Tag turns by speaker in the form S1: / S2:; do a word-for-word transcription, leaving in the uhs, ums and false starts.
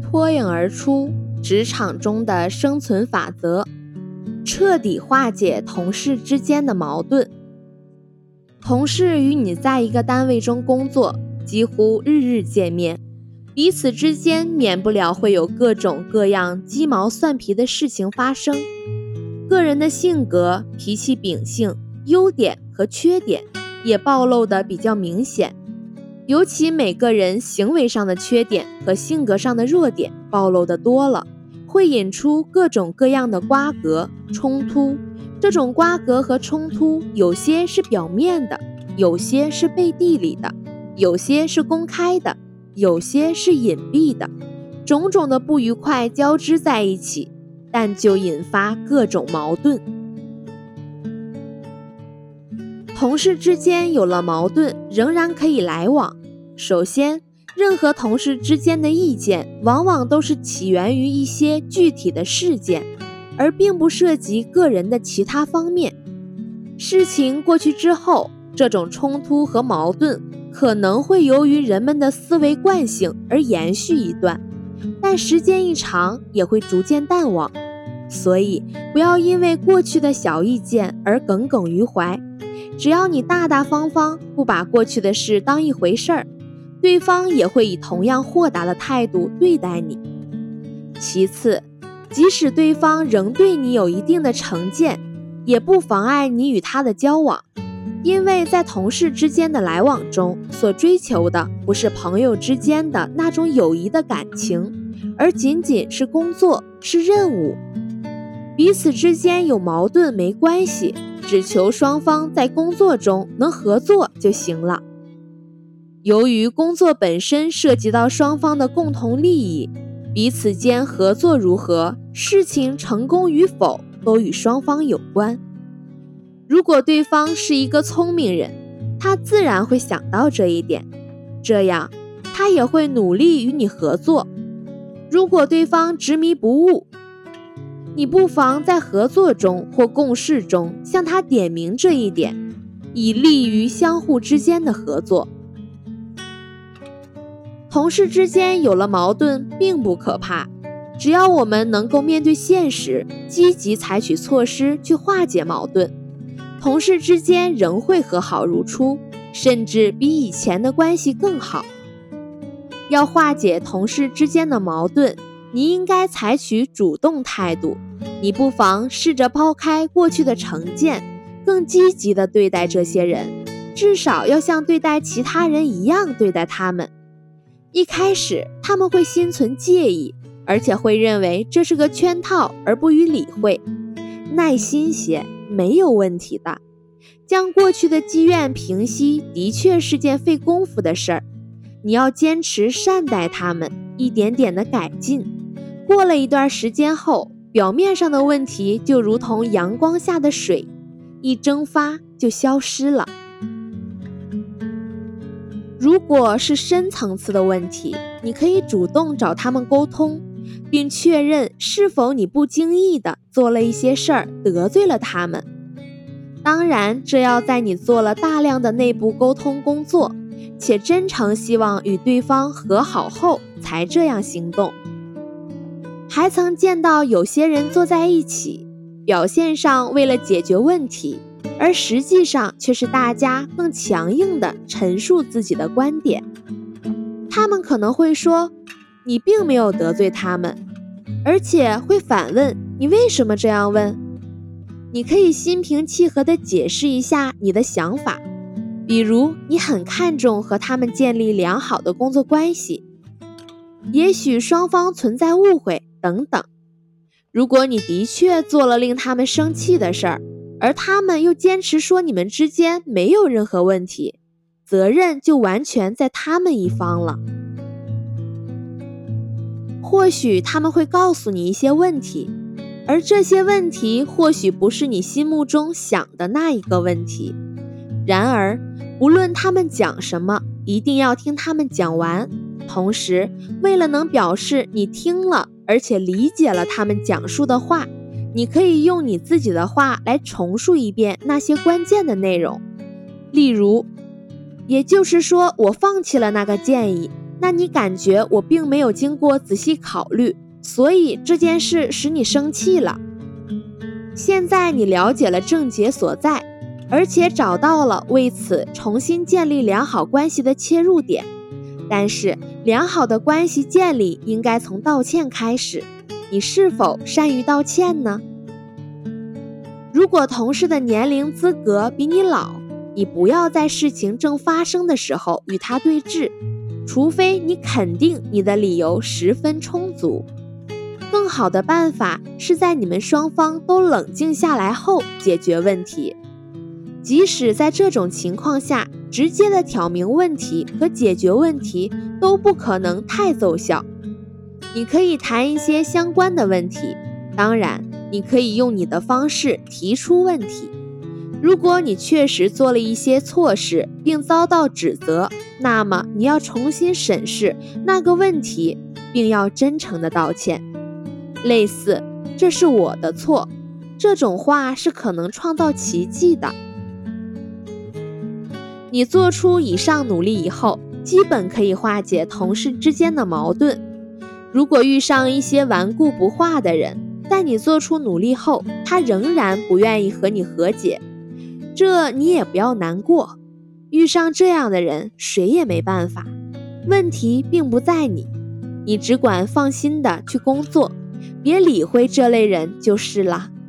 S1: 脱颖而出，职场中的生存法则，彻底化解同事之间的矛盾。同事与你在一个单位中工作，几乎日日见面，彼此之间免不了会有各种各样鸡毛蒜皮的事情发生。个人的性格、脾气秉性、优点和缺点也暴露得比较明显，尤其每个人行为上的缺点和性格上的弱点暴露得多了，会引出各种各样的瓜葛冲突。这种瓜葛和冲突有些是表面的，有些是背地里的，有些是公开的，有些是隐蔽的，种种的不愉快交织在一起，但就引发各种矛盾。同事之间有了矛盾，仍然可以来往。首先，任何同事之间的意见往往都是起源于一些具体的事件，而并不涉及个人的其他方面。事情过去之后，这种冲突和矛盾可能会由于人们的思维惯性而延续一段，但时间一长也会逐渐淡忘。所以不要因为过去的小意见而耿耿于怀，只要你大大方方不把过去的事当一回事儿，对方也会以同样豁达的态度对待你。其次，即使对方仍对你有一定的成见，也不妨碍你与他的交往，因为在同事之间的来往中，所追求的不是朋友之间的那种友谊的感情，而仅仅是工作，是任务。彼此之间有矛盾没关系，只求双方在工作中能合作就行了。由于工作本身涉及到双方的共同利益，彼此间合作如何，事情成功与否都与双方有关。如果对方是一个聪明人，他自然会想到这一点，这样他也会努力与你合作。如果对方执迷不悟，你不妨在合作中或共事中向他点明这一点，以利于相互之间的合作。同事之间有了矛盾并不可怕，只要我们能够面对现实，积极采取措施去化解矛盾，同事之间仍会和好如初，甚至比以前的关系更好。要化解同事之间的矛盾，你应该采取主动态度，你不妨试着抛开过去的成见，更积极地对待这些人，至少要像对待其他人一样对待他们。一开始他们会心存介意，而且会认为这是个圈套而不予理会。耐心些，没有问题的。将过去的积怨平息的确是件费功夫的事儿，你要坚持善待他们，一点点的改进。过了一段时间后，表面上的问题就如同阳光下的水，一蒸发就消失了。如果是深层次的问题，你可以主动找他们沟通，并确认是否你不经意地做了一些事儿得罪了他们。当然，这要在你做了大量的内部沟通工作，且真诚希望与对方和好后才这样行动。还曾见到有些人坐在一起，表现上为了解决问题，而实际上却是大家更强硬地陈述自己的观点。他们可能会说，你并没有得罪他们，而且会反问，你为什么这样问？你可以心平气和地解释一下你的想法，比如你很看重和他们建立良好的工作关系，也许双方存在误会等等。如果你的确做了令他们生气的事儿，而他们又坚持说你们之间没有任何问题，责任就完全在他们一方了。或许他们会告诉你一些问题，而这些问题或许不是你心目中想的那一个问题。然而，无论他们讲什么，一定要听他们讲完。同时，为了能表示你听了，而且理解了他们讲述的话，你可以用你自己的话来重述一遍那些关键的内容。例如，也就是说，我放弃了那个建议， 那你感觉我并没有经过仔细考虑，所以这件事使你生气了。现在你了解了症结所在，而且找到了为此重新建立良好关系的切入点。但是良好的关系建立应该从道歉开始，你是否善于道歉呢？如果同事的年龄资格比你老，你不要在事情正发生的时候与他对峙，除非你肯定你的理由十分充足。更好的办法是在你们双方都冷静下来后解决问题。即使在这种情况下，直接的挑明问题和解决问题都不可能太奏效。你可以谈一些相关的问题，当然，你可以用你的方式提出问题。如果你确实做了一些错事并遭到指责，那么你要重新审视那个问题，并要真诚地道歉。类似“这是我的错”这种话是可能创造奇迹的。你做出以上努力以后，基本可以化解同事之间的矛盾。如果遇上一些顽固不化的人，在你做出努力后，他仍然不愿意和你和解，这你也不要难过。遇上这样的人，谁也没办法。问题并不在你，你只管放心的去工作，别理会这类人就是了。